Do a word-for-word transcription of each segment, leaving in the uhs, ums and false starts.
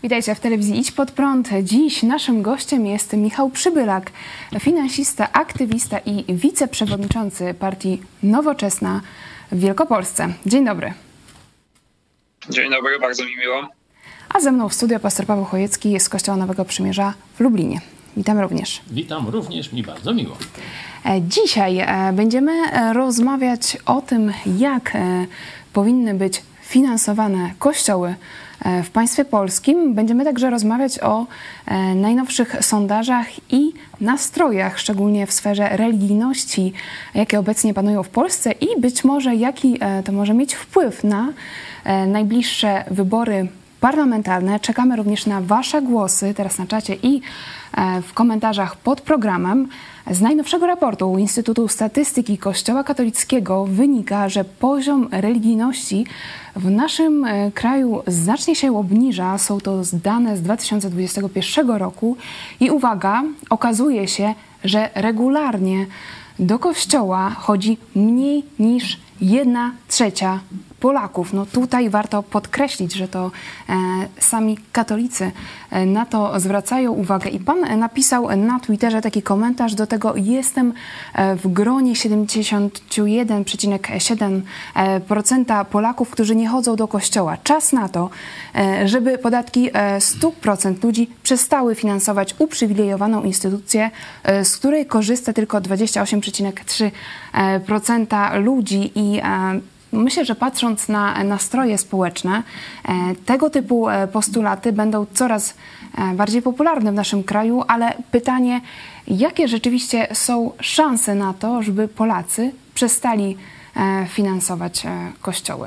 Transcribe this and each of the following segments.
Witajcie w telewizji Idź Pod Prąd. Dziś naszym gościem jest Michał Przybylak, finansista, aktywista i wiceprzewodniczący partii Nowoczesna w Wielkopolsce. Dzień dobry. Dzień dobry, bardzo mi miło. A ze mną w studio pastor Paweł Chojecki z Kościoła Nowego Przymierza w Lublinie. Witam również. Witam również, mi bardzo miło. Dzisiaj będziemy rozmawiać o tym, jak powinny być finansowane kościoły w państwie polskim. Będziemy także rozmawiać o najnowszych sondażach i nastrojach, szczególnie w sferze religijności, jakie obecnie panują w Polsce i być może jaki to może mieć wpływ na najbliższe wybory parlamentarne. Czekamy również na Wasze głosy teraz na czacie i w komentarzach pod programem. Z najnowszego raportu Instytutu Statystyki Kościoła Katolickiego wynika, że poziom religijności w naszym kraju znacznie się obniża. Są to dane z dwa tysiące dwudziestego pierwszego roku i uwaga, okazuje się, że regularnie do kościoła chodzi mniej niż jedna trzecia Polaków. No tutaj warto podkreślić, że to e, sami katolicy e, na to zwracają uwagę. I pan napisał na Twitterze taki komentarz do tego: jestem w gronie siedemdziesiąt jeden przecinek siedem procent Polaków, którzy nie chodzą do kościoła. Czas na to, e, żeby podatki e, sto procent ludzi przestały finansować uprzywilejowaną instytucję, e, z której korzysta tylko dwadzieścia osiem przecinek trzy procent ludzi. I e, myślę, że patrząc na nastroje społeczne, tego typu postulaty będą coraz bardziej popularne w naszym kraju, ale pytanie, jakie rzeczywiście są szanse na to, żeby Polacy przestali finansować kościoły?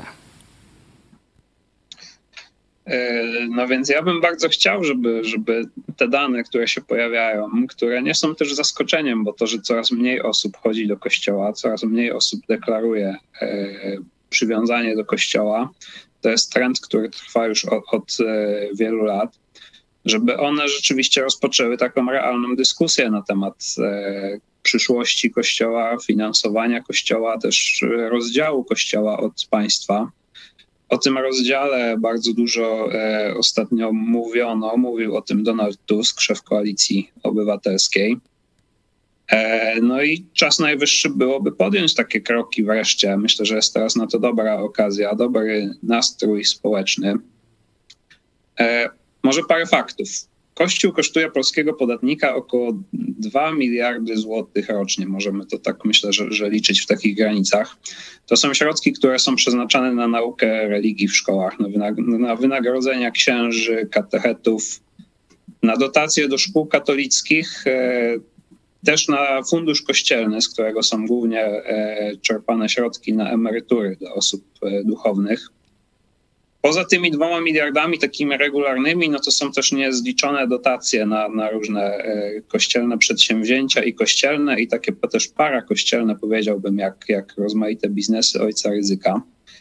No więc ja bym bardzo chciał, żeby, żeby te dane, które się pojawiają, które nie są też zaskoczeniem, bo to, że coraz mniej osób chodzi do kościoła, coraz mniej osób deklaruje e, przywiązanie do kościoła, to jest trend, który trwa już od, od e, wielu lat, żeby one rzeczywiście rozpoczęły taką realną dyskusję na temat e, przyszłości kościoła, finansowania kościoła, też rozdziału kościoła od państwa. O tym rozdziale bardzo dużo e, ostatnio mówiono, mówił o tym Donald Tusk, szef Koalicji Obywatelskiej. E, no i czas najwyższy byłoby podjąć takie kroki wreszcie. Myślę, że jest teraz na to dobra okazja, dobry nastrój społeczny. E, może parę faktów. Kościół kosztuje polskiego podatnika około dwa miliardy złotych rocznie. Możemy to tak, myślę, że, że liczyć w takich granicach. To są środki, które są przeznaczane na naukę religii w szkołach, na, wynag- na wynagrodzenia księży, katechetów, na dotacje do szkół katolickich, e, też na fundusz kościelny, z którego są głównie e, czerpane środki na emerytury dla osób e, duchownych. Poza tymi dwoma miliardami takimi regularnymi, no to są też niezliczone dotacje na, na różne e, kościelne przedsięwzięcia i kościelne i takie też parakościelne, powiedziałbym, jak, jak rozmaite biznesy Ojca Rydzyka.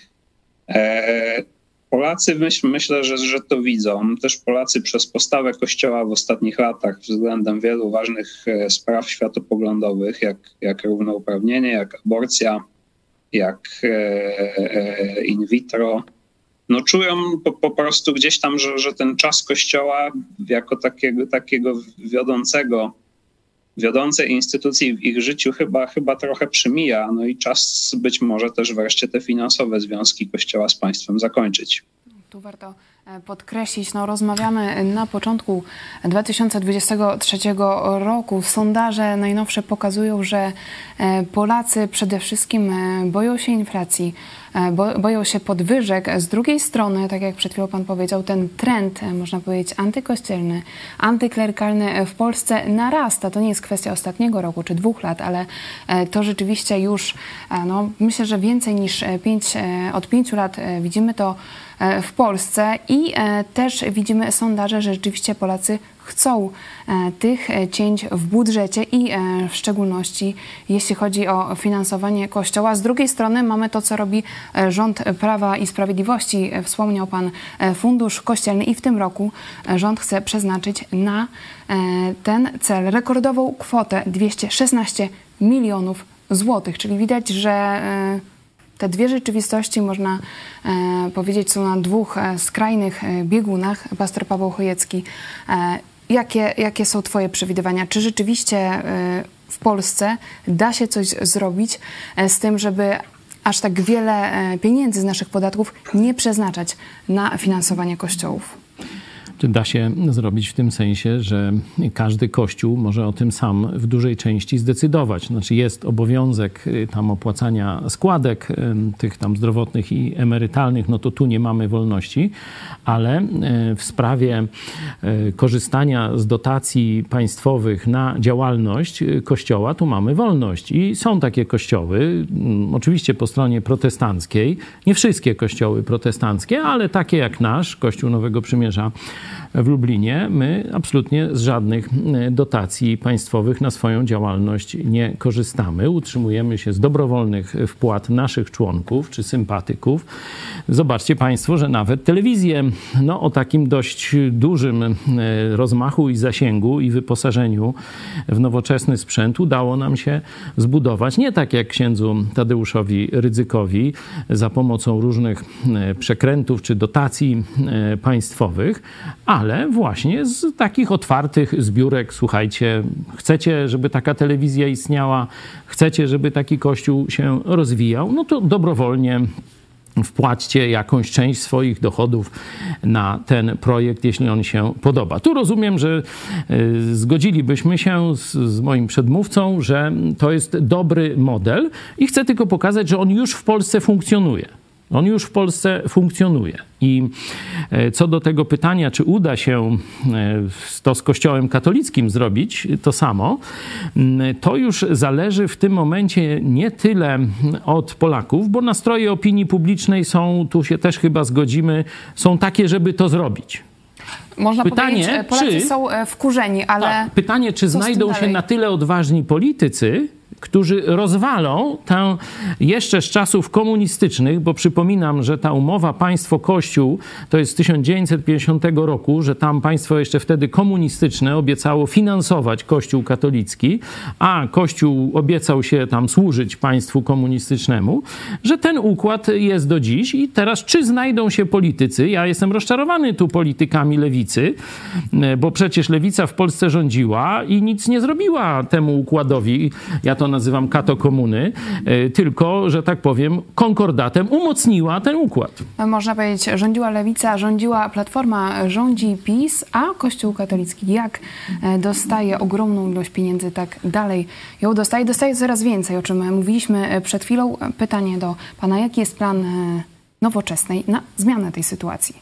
E, Polacy myśl, myślę, że, że to widzą. Też Polacy przez postawę Kościoła w ostatnich latach względem wielu ważnych e, spraw światopoglądowych, jak, jak równouprawnienie, jak aborcja, jak e, e, in vitro, no czują po, po prostu gdzieś tam, że, że ten czas Kościoła jako takiego, takiego wiodącego, wiodącej instytucji w ich życiu chyba, chyba trochę przymija. No i czas być może też wreszcie te finansowe związki Kościoła z państwem zakończyć. Tu warto podkreślić, no rozmawiamy na początku dwa tysiące dwudziestego trzeciego roku. Sondaże najnowsze pokazują, że Polacy przede wszystkim boją się inflacji, bo, boją się podwyżek. Z drugiej strony, tak jak przed chwilą pan powiedział, ten trend, można powiedzieć, antykościelny, antyklerykalny w Polsce narasta. To nie jest kwestia ostatniego roku czy dwóch lat, ale to rzeczywiście już, no, myślę, że więcej niż pięć, od pięciu lat widzimy to w Polsce i też widzimy sondaże, że rzeczywiście Polacy chcą tych cięć w budżecie i w szczególności jeśli chodzi o finansowanie Kościoła. Z drugiej strony mamy to, co robi rząd Prawa i Sprawiedliwości. Wspomniał pan Fundusz Kościelny i w tym roku rząd chce przeznaczyć na ten cel rekordową kwotę dwieście szesnaście milionów złotych, czyli widać, że te dwie rzeczywistości, można e, powiedzieć, są na dwóch e, skrajnych e, biegunach. Pastor Paweł Chojecki, e, jakie, jakie są twoje przewidywania? Czy rzeczywiście e, w Polsce da się coś zrobić e, z tym, żeby aż tak wiele e, pieniędzy z naszych podatków nie przeznaczać na finansowanie kościołów? Czy da się zrobić w tym sensie, że każdy kościół może o tym sam w dużej części zdecydować? Znaczy jest obowiązek tam opłacania składek tych tam zdrowotnych i emerytalnych, no to tu nie mamy wolności, ale w sprawie korzystania z dotacji państwowych na działalność kościoła tu mamy wolność. I są takie kościoły, oczywiście po stronie protestanckiej, nie wszystkie kościoły protestanckie, ale takie jak nasz, Kościół Nowego Przymierza w Lublinie, my absolutnie z żadnych dotacji państwowych na swoją działalność nie korzystamy. Utrzymujemy się z dobrowolnych wpłat naszych członków czy sympatyków. Zobaczcie państwo, że nawet telewizję no, o takim dość dużym rozmachu i zasięgu i wyposażeniu w nowoczesny sprzęt udało nam się zbudować. Nie tak jak księdzu Tadeuszowi Rydzykowi za pomocą różnych przekrętów czy dotacji państwowych, ale właśnie z takich otwartych zbiórek. Słuchajcie, chcecie, żeby taka telewizja istniała, chcecie, żeby taki kościół się rozwijał, no to dobrowolnie wpłaćcie jakąś część swoich dochodów na ten projekt, jeśli on się podoba. Tu rozumiem, że y, zgodzilibyśmy się z, z moim przedmówcą, że to jest dobry model i chcę tylko pokazać, że on już w Polsce funkcjonuje. On już w Polsce funkcjonuje. I co do tego pytania, czy uda się to z Kościołem katolickim zrobić to samo, to już zależy w tym momencie nie tyle od Polaków, bo nastroje opinii publicznej są, tu się też chyba zgodzimy, są takie, żeby to zrobić. Można pytanie, powiedzieć, Polacy czy, są wkurzeni, ale... Tak, pytanie, czy znajdą się na tyle odważni politycy, którzy rozwalą tę jeszcze z czasów komunistycznych, bo przypominam, że ta umowa państwo-kościół to jest z tysiąc dziewięćset pięćdziesiątego roku, że tam państwo jeszcze wtedy komunistyczne obiecało finansować Kościół katolicki, a Kościół obiecał się tam służyć państwu komunistycznemu, że ten układ jest do dziś i teraz czy znajdą się politycy, ja jestem rozczarowany tu politykami lewicy, bo przecież lewica w Polsce rządziła i nic nie zrobiła temu układowi, ja to nazywam kato komuny, tylko, że tak powiem, konkordatem umocniła ten układ. Można powiedzieć, rządziła lewica, rządziła Platforma, rządzi PiS, a Kościół katolicki jak dostaje ogromną ilość pieniędzy, tak dalej ją dostaje. Dostaje coraz więcej, o czym mówiliśmy przed chwilą. Pytanie do pana, jaki jest plan Nowoczesnej na zmianę tej sytuacji?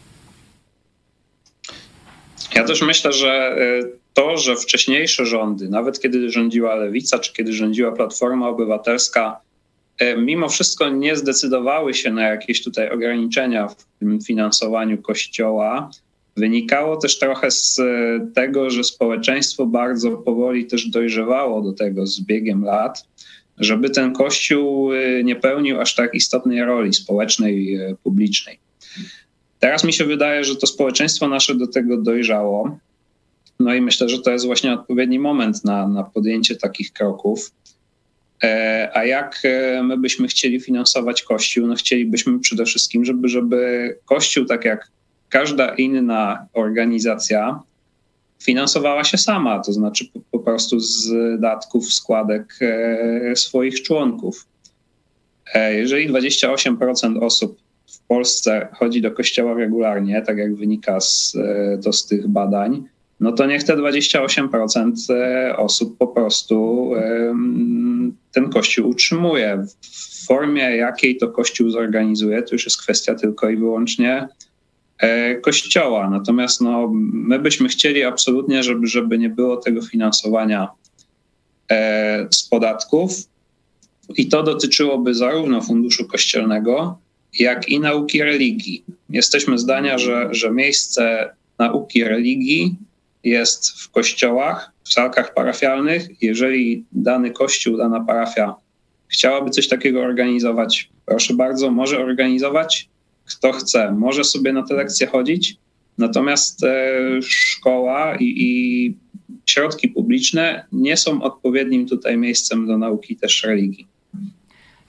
Ja też myślę, że to, że wcześniejsze rządy, nawet kiedy rządziła Lewica, czy kiedy rządziła Platforma Obywatelska, mimo wszystko nie zdecydowały się na jakieś tutaj ograniczenia w tym finansowaniu Kościoła, wynikało też trochę z tego, że społeczeństwo bardzo powoli też dojrzewało do tego z biegiem lat, żeby ten Kościół nie pełnił aż tak istotnej roli społecznej, publicznej. Teraz mi się wydaje, że to społeczeństwo nasze do tego dojrzało. No i myślę, że to jest właśnie odpowiedni moment na, na podjęcie takich kroków. E, a jak my byśmy chcieli finansować Kościół? No chcielibyśmy przede wszystkim, żeby, żeby Kościół, tak jak każda inna organizacja, finansowała się sama, to znaczy po, po prostu z datków, składek e, swoich członków. E, jeżeli dwadzieścia osiem procent osób w Polsce chodzi do kościoła regularnie, tak jak wynika z, to z tych badań, no to niech te dwadzieścia osiem procent osób po prostu ten kościół utrzymuje. W formie, jakiej to kościół zorganizuje, to już jest kwestia tylko i wyłącznie kościoła. Natomiast no, my byśmy chcieli absolutnie, żeby, żeby nie było tego finansowania z podatków i to dotyczyłoby zarówno funduszu kościelnego, jak i nauki religii. Jesteśmy zdania, że, że miejsce nauki religii jest w kościołach, w salkach parafialnych. Jeżeli dany kościół, dana parafia chciałaby coś takiego organizować, proszę bardzo, może organizować. Kto chce, może sobie na te lekcje chodzić. Natomiast e, szkoła i, i środki publiczne nie są odpowiednim tutaj miejscem do nauki też religii.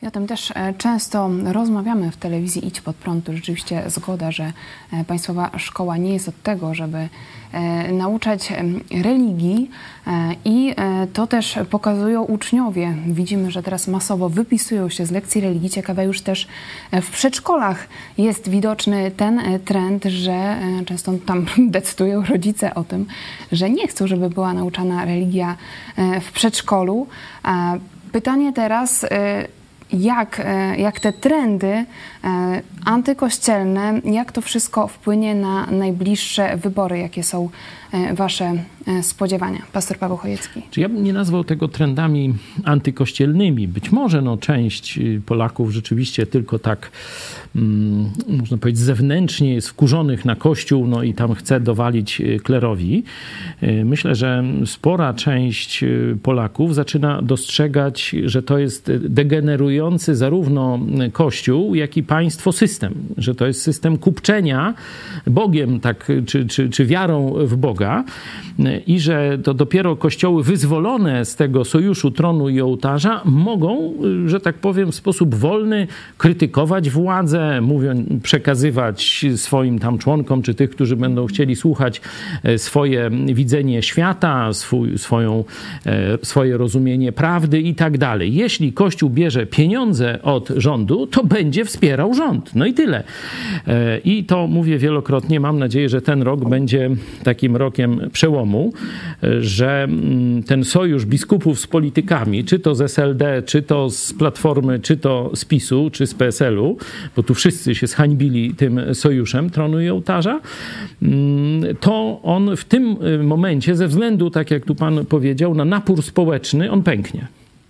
I o tym też często rozmawiamy w telewizji Idź Pod Prąd. To rzeczywiście zgoda, że państwowa szkoła nie jest od tego, żeby nauczać religii i to też pokazują uczniowie. Widzimy, że teraz masowo wypisują się z lekcji religii. Ciekawe, już też w przedszkolach jest widoczny ten trend, że często tam decydują rodzice o tym, że nie chcą, żeby była nauczana religia w przedszkolu. Pytanie teraz, jak, jak te trendy antykościelne, jak to wszystko wpłynie na najbliższe wybory, jakie są wasze spodziewania? Pastor Paweł Chojecki. Czy ja bym nie nazwał tego trendami antykościelnymi. Być może no, część Polaków rzeczywiście tylko tak, mm, można powiedzieć, zewnętrznie jest wkurzonych na Kościół, no i tam chce dowalić klerowi. Myślę, że spora część Polaków zaczyna dostrzegać, że to jest degenerujący zarówno Kościół, jak i państwo system. Że to jest system kupczenia Bogiem, tak, czy, czy, czy wiarą w Boga. I że to dopiero kościoły wyzwolone z tego sojuszu tronu i ołtarza mogą, że tak powiem, w sposób wolny krytykować władzę, mówią, przekazywać swoim tam członkom, czy tych, którzy będą chcieli słuchać, swoje widzenie świata, swój, swoją, swoje rozumienie prawdy i tak dalej. Jeśli Kościół bierze pieniądze od rządu, to będzie wspierał rząd. No i tyle. I to mówię wielokrotnie. Mam nadzieję, że ten rok będzie takim rokiem przełomu, że ten sojusz biskupów z politykami, czy to z S L D, czy to z Platformy, czy to z PiSu, czy z P S L u, bo tu wszyscy się zhańbili tym sojuszem tronu i ołtarza, to on w tym momencie, ze względu, tak jak tu pan powiedział, na napór społeczny, on pęknie.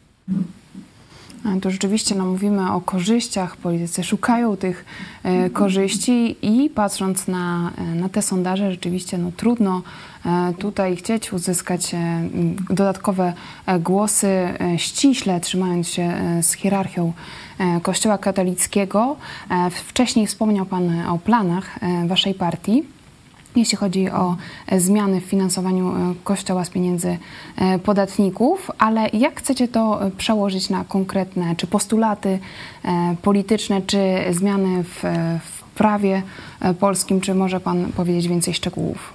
To rzeczywiście no, mówimy o korzyściach, politycy szukają tych e, korzyści i patrząc na, na te sondaże, rzeczywiście no, trudno e, tutaj chcieć uzyskać e, dodatkowe e, głosy, e, ściśle trzymając się e, z hierarchią e, Kościoła katolickiego. E, wcześniej wspomniał pan o planach e, waszej partii, jeśli chodzi o zmiany w finansowaniu Kościoła z pieniędzy podatników, ale jak chcecie to przełożyć na konkretne, czy postulaty polityczne, czy zmiany w, w prawie polskim, czy może pan powiedzieć więcej szczegółów?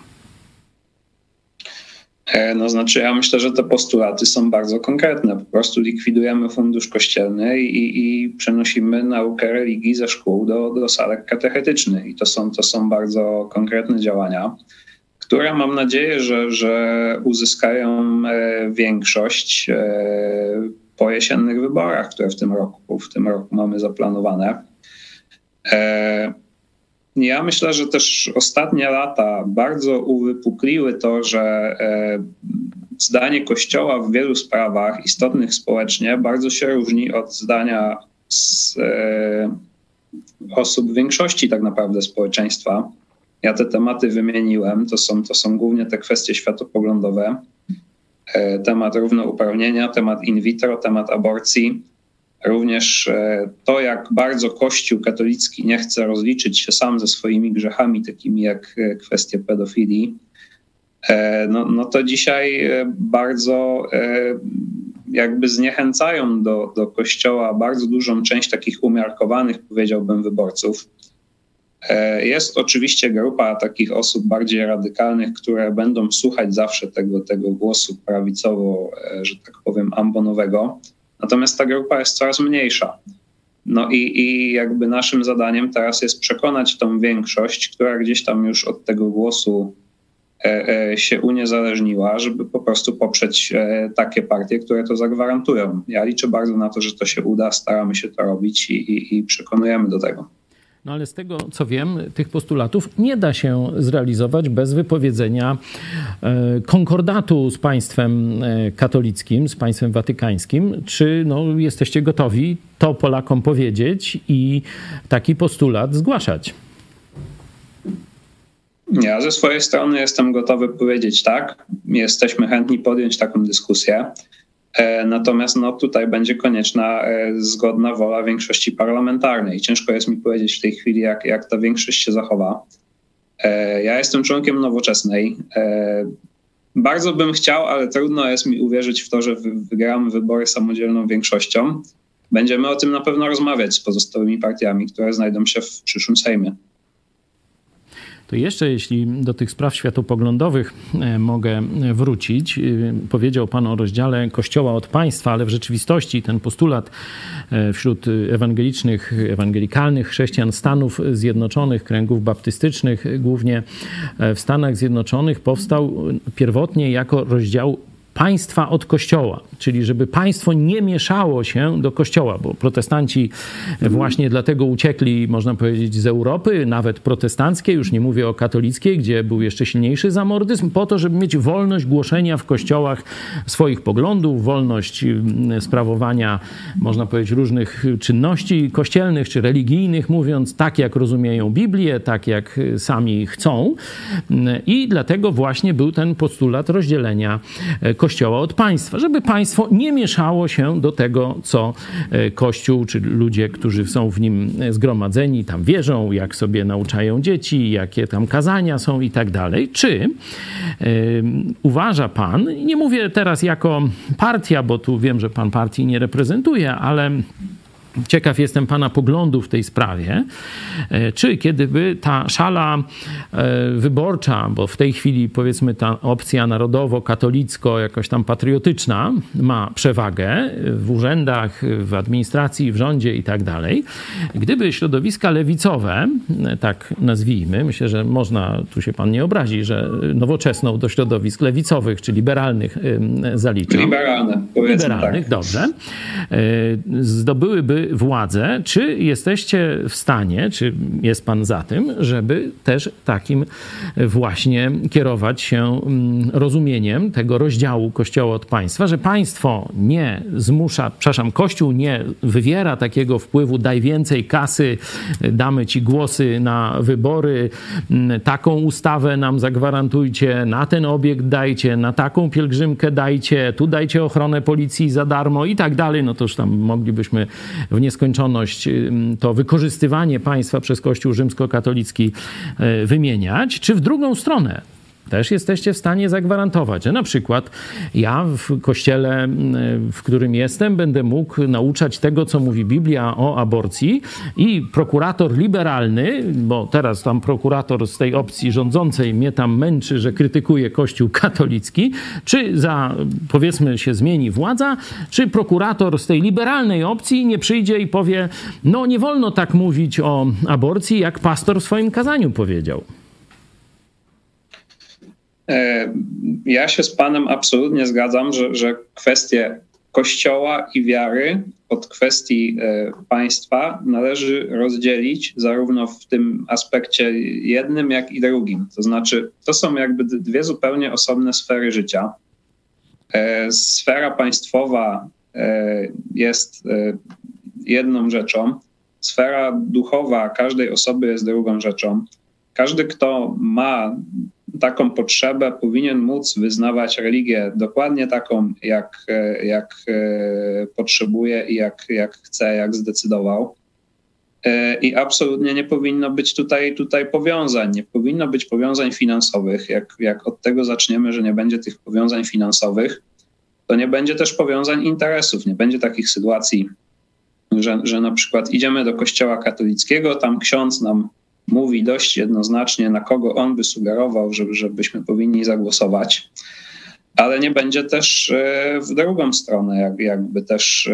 No znaczy ja myślę, że te postulaty są bardzo konkretne. Po prostu likwidujemy fundusz kościelny i, i przenosimy naukę religii ze szkół do, do salek katechetycznych. I to są, to są bardzo konkretne działania, które mam nadzieję, że, że uzyskają większość po jesiennych wyborach, które w tym roku, w tym roku mamy zaplanowane. Ja myślę, że też ostatnie lata bardzo uwypukliły to, że zdanie Kościoła w wielu sprawach istotnych społecznie bardzo się różni od zdania z, e, osób większości tak naprawdę społeczeństwa. Ja te tematy wymieniłem, to są, to są głównie te kwestie światopoglądowe. E, temat równouprawnienia, temat in vitro, temat aborcji. Również to, jak bardzo Kościół katolicki nie chce rozliczyć się sam ze swoimi grzechami, takimi jak kwestie pedofilii, no, no to dzisiaj bardzo jakby zniechęcają do, do Kościoła bardzo dużą część takich umiarkowanych, powiedziałbym, wyborców. Jest oczywiście grupa takich osób bardziej radykalnych, które będą słuchać zawsze tego, tego głosu prawicowo, że tak powiem, ambonowego. Natomiast ta grupa jest coraz mniejsza. No i, i jakby naszym zadaniem teraz jest przekonać tą większość, która gdzieś tam już od tego głosu e, e, się uniezależniła, żeby po prostu poprzeć e, takie partie, które to zagwarantują. Ja liczę bardzo na to, że to się uda, staramy się to robić i, i, i przekonujemy do tego. No ale z tego, co wiem, tych postulatów nie da się zrealizować bez wypowiedzenia konkordatu z państwem katolickim, z państwem watykańskim. Czy no, jesteście gotowi to Polakom powiedzieć i taki postulat zgłaszać? Ja ze swojej strony jestem gotowy powiedzieć tak. Jesteśmy chętni podjąć taką dyskusję. Natomiast no, tutaj będzie konieczna zgodna wola większości parlamentarnej. Ciężko jest mi powiedzieć w tej chwili, jak, jak ta większość się zachowa. Ja jestem członkiem Nowoczesnej. Bardzo bym chciał, ale trudno jest mi uwierzyć w to, że wygramy wybory samodzielną większością. będziemy o tym na pewno rozmawiać z pozostałymi partiami, które znajdą się w przyszłym Sejmie. To jeszcze, jeśli do tych spraw światopoglądowych mogę wrócić. Powiedział Pan o rozdziale Kościoła od państwa, ale w rzeczywistości ten postulat wśród ewangelicznych, ewangelikalnych chrześcijan Stanów Zjednoczonych, kręgów baptystycznych, głównie w Stanach Zjednoczonych, powstał pierwotnie jako rozdział państwa od Kościoła, czyli żeby państwo nie mieszało się do Kościoła, bo protestanci właśnie dlatego uciekli, można powiedzieć, z Europy, nawet protestanckiej, już nie mówię o katolickiej, gdzie był jeszcze silniejszy zamordyzm, po to, żeby mieć wolność głoszenia w kościołach swoich poglądów, wolność sprawowania, można powiedzieć, różnych czynności kościelnych czy religijnych, mówiąc tak, jak rozumieją Biblię, tak, jak sami chcą. I dlatego właśnie był ten postulat rozdzielenia Kościoła od państwa, żeby państwo nie mieszało się do tego, co Kościół, czy ludzie, którzy są w nim zgromadzeni, tam wierzą, jak sobie nauczają dzieci, jakie tam kazania są i tak dalej. Czy yy, uważa pan, nie mówię teraz jako partia, bo tu wiem, że pan partii nie reprezentuje, ale ciekaw jestem pana poglądu w tej sprawie, czy kiedyby ta szala wyborcza, bo w tej chwili powiedzmy ta opcja narodowo-katolicko, jakoś tam patriotyczna ma przewagę w urzędach, w administracji, w rządzie i tak dalej. Gdyby środowiska lewicowe, tak nazwijmy, myślę, że można, tu się pan nie obrazi, że nowoczesną do środowisk lewicowych czy liberalnych zaliczam. Liberalne, powiedzmy Liberalnych, tak. Dobrze. Zdobyłyby władzę. Czy jesteście w stanie, czy jest pan za tym, żeby też takim właśnie kierować się rozumieniem tego rozdziału Kościoła od państwa, że państwo nie zmusza, przepraszam, Kościół nie wywiera takiego wpływu, daj więcej kasy, damy ci głosy na wybory, taką ustawę nam zagwarantujcie, na ten obiekt dajcie, na taką pielgrzymkę dajcie, tu dajcie ochronę policji za darmo i tak dalej, no to już tam moglibyśmy w nieskończoność to wykorzystywanie państwa przez Kościół rzymskokatolicki wymieniać, czy w drugą stronę też jesteście w stanie zagwarantować, że na przykład ja w kościele, w którym jestem, będę mógł nauczać tego, co mówi Biblia o aborcji i prokurator liberalny, bo teraz tam prokurator z tej opcji rządzącej mnie tam męczy, że krytykuje Kościół katolicki, czy za, powiedzmy, się zmieni władza, czy prokurator z tej liberalnej opcji nie przyjdzie i powie, no nie wolno tak mówić o aborcji, jak pastor w swoim kazaniu powiedział. Ja się z panem absolutnie zgadzam, że, że kwestie Kościoła i wiary od kwestii państwa należy rozdzielić zarówno w tym aspekcie jednym, jak i drugim. To znaczy, to są jakby dwie zupełnie osobne sfery życia. Sfera państwowa jest jedną rzeczą, sfera duchowa każdej osoby jest drugą rzeczą. Każdy, kto ma taką potrzebę, powinien móc wyznawać religię dokładnie taką, jak, jak potrzebuje i jak, jak chce, jak zdecydował. I absolutnie nie powinno być tutaj, tutaj powiązań, nie powinno być powiązań finansowych. Jak, jak od tego zaczniemy, że nie będzie tych powiązań finansowych, to nie będzie też powiązań interesów, nie będzie takich sytuacji, że, że na przykład idziemy do kościoła katolickiego, tam ksiądz nam mówi dość jednoznacznie, na kogo on by sugerował, że, żebyśmy powinni zagłosować, ale nie będzie też w drugą stronę, jak, jakby też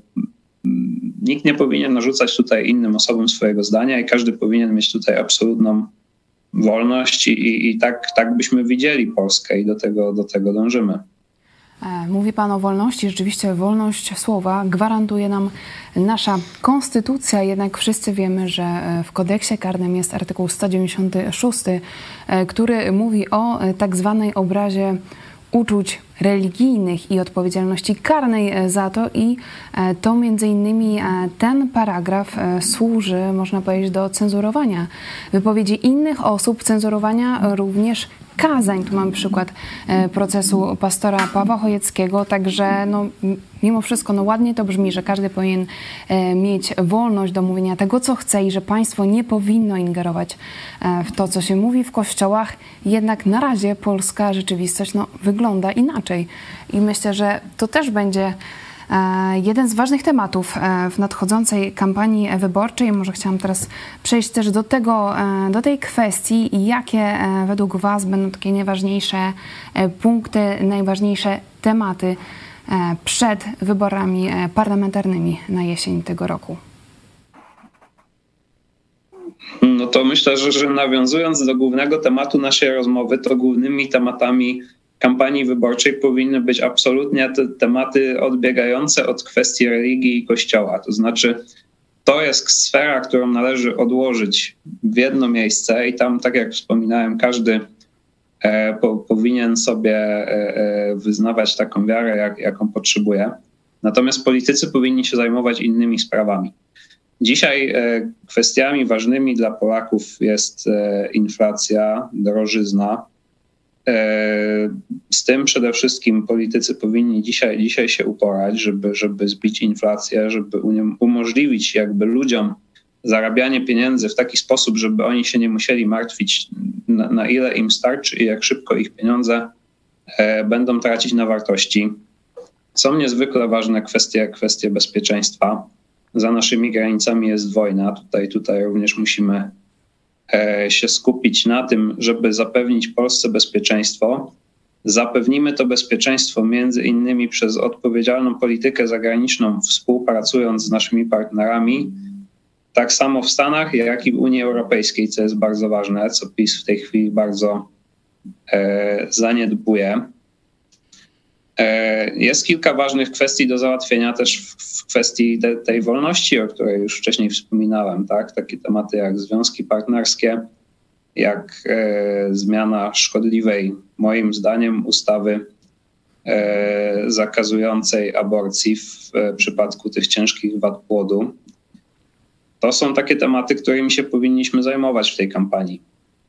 nikt nie powinien narzucać tutaj innym osobom swojego zdania i każdy powinien mieć tutaj absolutną wolność i, i, i tak, tak byśmy widzieli Polskę i do tego, do tego dążymy. Mówi pan o wolności. Rzeczywiście wolność słowa gwarantuje nam nasza konstytucja, jednak wszyscy wiemy, że w kodeksie karnym jest artykuł sto dziewięćdziesiąty szósty, który mówi o tak zwanej obrazie uczuć religijnych i odpowiedzialności karnej za to i to między innymi ten paragraf służy, można powiedzieć, do cenzurowania wypowiedzi innych osób, cenzurowania również kazań. Tu mamy przykład procesu pastora Pawła Chojeckiego, także no, mimo wszystko no, ładnie to brzmi, że każdy powinien mieć wolność do mówienia tego, co chce i że państwo nie powinno ingerować w to, co się mówi w kościołach. Jednak na razie polska rzeczywistość no, wygląda inaczej i myślę, że to też będzie jeden z ważnych tematów w nadchodzącej kampanii wyborczej. Może chciałam teraz przejść też do tego, do tej kwestii, jakie według Was będą takie najważniejsze punkty, najważniejsze tematy przed wyborami parlamentarnymi na jesień tego roku. No to myślę, że, że nawiązując do głównego tematu naszej rozmowy, to głównymi tematami kampanii wyborczej powinny być absolutnie te tematy odbiegające od kwestii religii i Kościoła. To znaczy to jest sfera, którą należy odłożyć w jedno miejsce i tam, tak jak wspominałem, każdy e, po, powinien sobie e, wyznawać taką wiarę, jak, jaką potrzebuje. Natomiast politycy powinni się zajmować innymi sprawami. Dzisiaj e, kwestiami ważnymi dla Polaków jest e, inflacja, drożyzna. Z tym przede wszystkim politycy powinni dzisiaj, dzisiaj się uporać, żeby, żeby zbić inflację, żeby umożliwić jakby ludziom zarabianie pieniędzy w taki sposób, żeby oni się nie musieli martwić, na, na ile im starczy i jak szybko ich pieniądze e, będą tracić na wartości. Są niezwykle ważne kwestie, kwestie bezpieczeństwa. Za naszymi granicami jest wojna. Tutaj, tutaj również musimy się skupić na tym, żeby zapewnić Polsce bezpieczeństwo. Zapewnimy to bezpieczeństwo między innymi przez odpowiedzialną politykę zagraniczną, współpracując z naszymi partnerami, tak samo w Stanach, jak i w Unii Europejskiej, co jest bardzo ważne, co PiS w tej chwili bardzo e, zaniedbuje. E, jest kilka ważnych kwestii do załatwienia też w, w kwestii te, tej wolności, o której już wcześniej wspominałem, tak? Takie tematy jak związki partnerskie, jak e, zmiana szkodliwej, moim zdaniem, ustawy e, zakazującej aborcji w e, przypadku tych ciężkich wad płodu. To są takie tematy, którymi się powinniśmy zajmować w tej kampanii.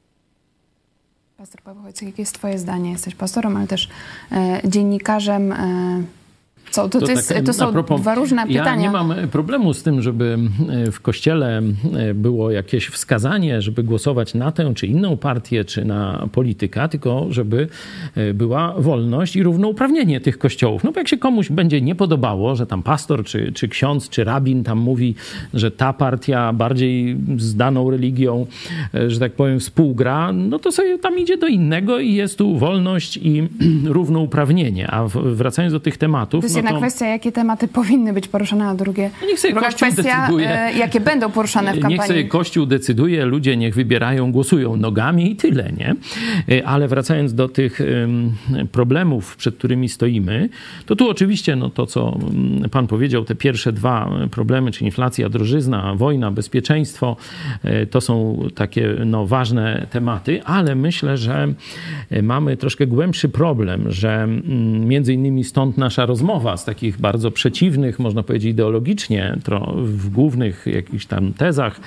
Pastor Paweł Chojecki, jakie jest Twoje zdanie? Jesteś pastorem, ale też e, dziennikarzem. E, co, to, to, to, jest, tak, to są propos, dwa różne pytania. Ja nie mam problemu z tym, żeby w Kościele było jakieś wskazanie, żeby głosować na tę czy inną partię, czy na polityka, tylko żeby była wolność i równouprawnienie tych kościołów. No bo jak się komuś będzie nie podobało, że tam pastor, czy, czy ksiądz, czy rabin tam mówi, że ta partia bardziej z daną religią, że tak powiem, współgra, no to sobie tam idzie do innego i jest tu wolność i równouprawnienie. A wracając do tych tematów... To jest jedna to... kwestia, jakie tematy powinny być poruszane, a drugie, no niech sobie druga Kościół kwestia, decyduje. jakie będą poruszane w kampanii. Niech sobie Kościół decyduje, ludzie niech wybierają, głosują nogami i tyle, nie? Ale wracając do tych problemów, przed którymi stoimy, to tu oczywiście no to, co pan powiedział, te pierwsze dwa problemy, czyli inflacja, drożyzna, wojna, bezpieczeństwo, to są takie no, ważne tematy, ale myślę, że mamy troszkę głębszy problem, że między innymi stąd nasza rozmowa z takich bardzo przeciwnych, można powiedzieć ideologicznie, w głównych jakichś tam tezach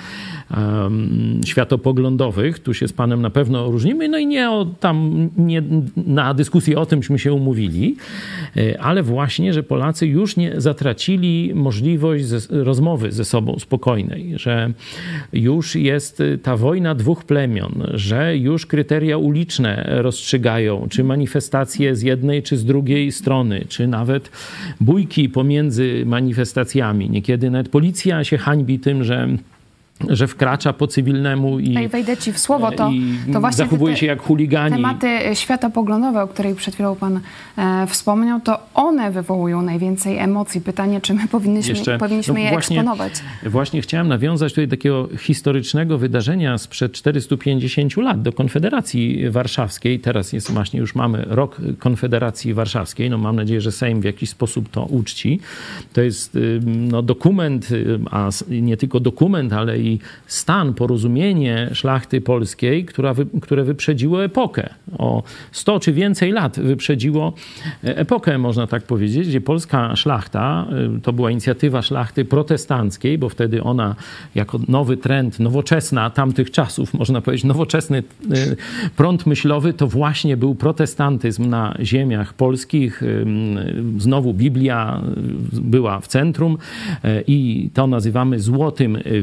um, światopoglądowych. Tu się z panem na pewno różnimy, no i nie, o, tam, nie na dyskusję o tymśmy się umówili, ale właśnie, że Polacy już nie zatracili możliwość ze, rozmowy ze sobą spokojnej, że już jest ta wojna dwóch plemion, że już kryteria uliczne rozstrzygają, czy manifestacje z jednej, czy z drugiej strony, czy nawet bójki pomiędzy manifestacjami. Niekiedy nawet policja się hańbi tym, że że wkracza po cywilnemu i, no i wejdę ci w słowo, to, to właśnie zachowuje te, się jak chuligani. Tematy światopoglądowe, o których przed chwilą pan e, wspomniał, to one wywołują najwięcej emocji. Pytanie, czy my powinniśmy, Jeszcze, powinniśmy no je właśnie, eksponować. Właśnie chciałem nawiązać tutaj do takiego historycznego wydarzenia sprzed czterystu pięćdziesięciu lat do Konfederacji Warszawskiej. Teraz jest właśnie, już mamy rok Konfederacji Warszawskiej. No mam nadzieję, że Sejm w jakiś sposób to uczci. To jest no, dokument, a nie tylko dokument, ale i stan, porozumienie szlachty polskiej, która wy, które wyprzedziło epokę. O sto czy więcej lat wyprzedziło epokę, można tak powiedzieć, gdzie polska szlachta, to była inicjatywa szlachty protestanckiej, bo wtedy ona jako nowy trend, nowoczesna tamtych czasów, można powiedzieć, nowoczesny prąd myślowy, to właśnie był protestantyzm na ziemiach polskich. Znowu Biblia była w centrum i to nazywamy złotym wiekiem.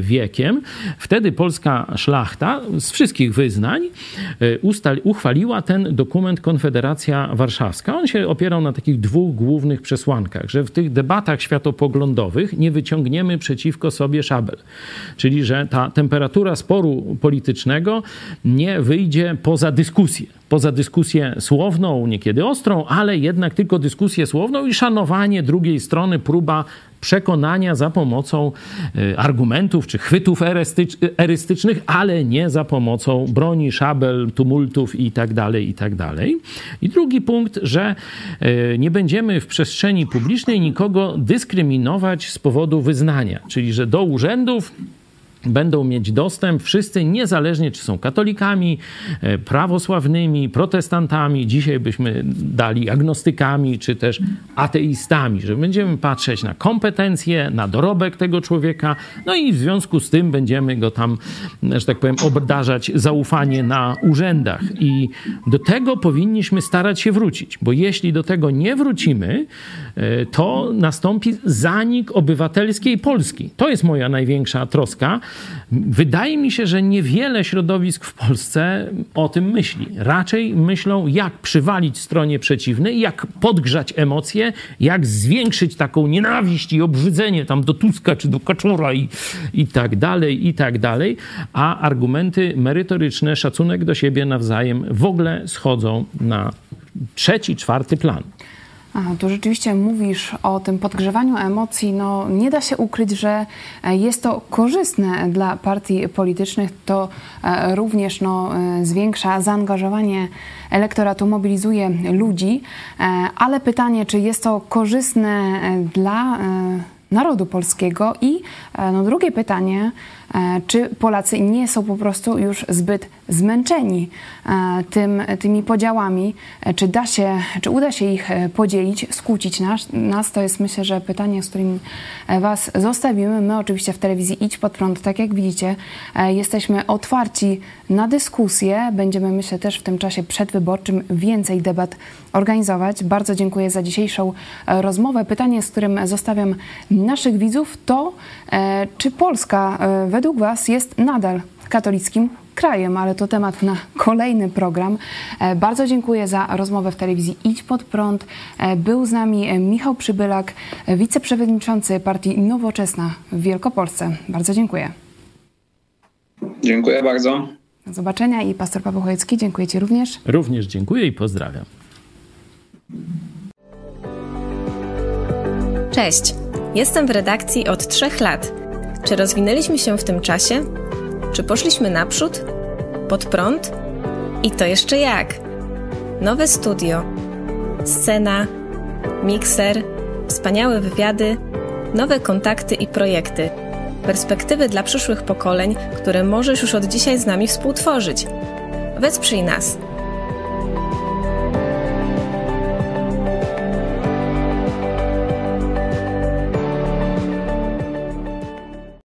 Węgiem, wtedy polska szlachta z wszystkich wyznań ustali, uchwaliła ten dokument Konfederacja Warszawska. On się opierał na takich dwóch głównych przesłankach, że w tych debatach światopoglądowych nie wyciągniemy przeciwko sobie szabel. Czyli, że ta temperatura sporu politycznego nie wyjdzie poza dyskusję. Poza dyskusję słowną, niekiedy ostrą, ale jednak tylko dyskusję słowną i szanowanie drugiej strony, próba przekonania za pomocą argumentów czy chwytów erystycznych, ale nie za pomocą broni, szabel, tumultów i tak dalej, i tak dalej. I drugi punkt, że nie będziemy w przestrzeni publicznej nikogo dyskryminować z powodu wyznania, czyli że do urzędów będą mieć dostęp wszyscy, niezależnie czy są katolikami, prawosławnymi, protestantami, dzisiaj byśmy dali agnostykami, czy też ateistami, że będziemy patrzeć na kompetencje, na dorobek tego człowieka, no i w związku z tym będziemy go tam, że tak powiem, obdarzać zaufanie na urzędach. I do tego powinniśmy starać się wrócić, bo jeśli do tego nie wrócimy, to nastąpi zanik obywatelskiej Polski. To jest moja największa troska. Wydaje mi się, że niewiele środowisk w Polsce o tym myśli. Raczej myślą, jak przywalić stronie przeciwnej, jak podgrzać emocje, jak zwiększyć taką nienawiść i obrzydzenie tam do Tuska czy do Kaczora i, i tak dalej, i tak dalej. A argumenty merytoryczne, szacunek do siebie nawzajem w ogóle schodzą na trzeci, czwarty plan. A, tu rzeczywiście mówisz o tym podgrzewaniu emocji. No, nie da się ukryć, że jest to korzystne dla partii politycznych. To również no, zwiększa zaangażowanie elektoratu, mobilizuje ludzi. Ale pytanie, czy jest to korzystne dla narodu polskiego? I no, drugie pytanie, czy Polacy nie są po prostu już zbyt zmęczeni tym, tymi podziałami? Czy da się, czy uda się ich podzielić, skłócić nas? nas? To jest, myślę, że pytanie, z którym was zostawimy. My oczywiście w telewizji Idź Pod Prąd, tak jak widzicie, jesteśmy otwarci na dyskusję. Będziemy, myślę, też w tym czasie przedwyborczym więcej debat organizować. Bardzo dziękuję za dzisiejszą rozmowę. Pytanie, z którym zostawiam naszych widzów, to czy Polska według was jest nadal katolickim krajem, ale to temat na kolejny program. Bardzo dziękuję za rozmowę w telewizji Idź Pod Prąd. Był z nami Michał Przybylak, wiceprzewodniczący partii Nowoczesna w Wielkopolsce. Bardzo dziękuję. Dziękuję bardzo. Do zobaczenia i pastor Paweł Chojecki, dziękuję ci również. Również dziękuję i pozdrawiam. Cześć, jestem w redakcji od trzech lat. Czy rozwinęliśmy się w tym czasie? Czy poszliśmy naprzód? Pod prąd? I to jeszcze jak? Nowe studio, scena, mikser, wspaniałe wywiady, nowe kontakty i projekty. Perspektywy dla przyszłych pokoleń, które możesz już od dzisiaj z nami współtworzyć. Wesprzyj nas.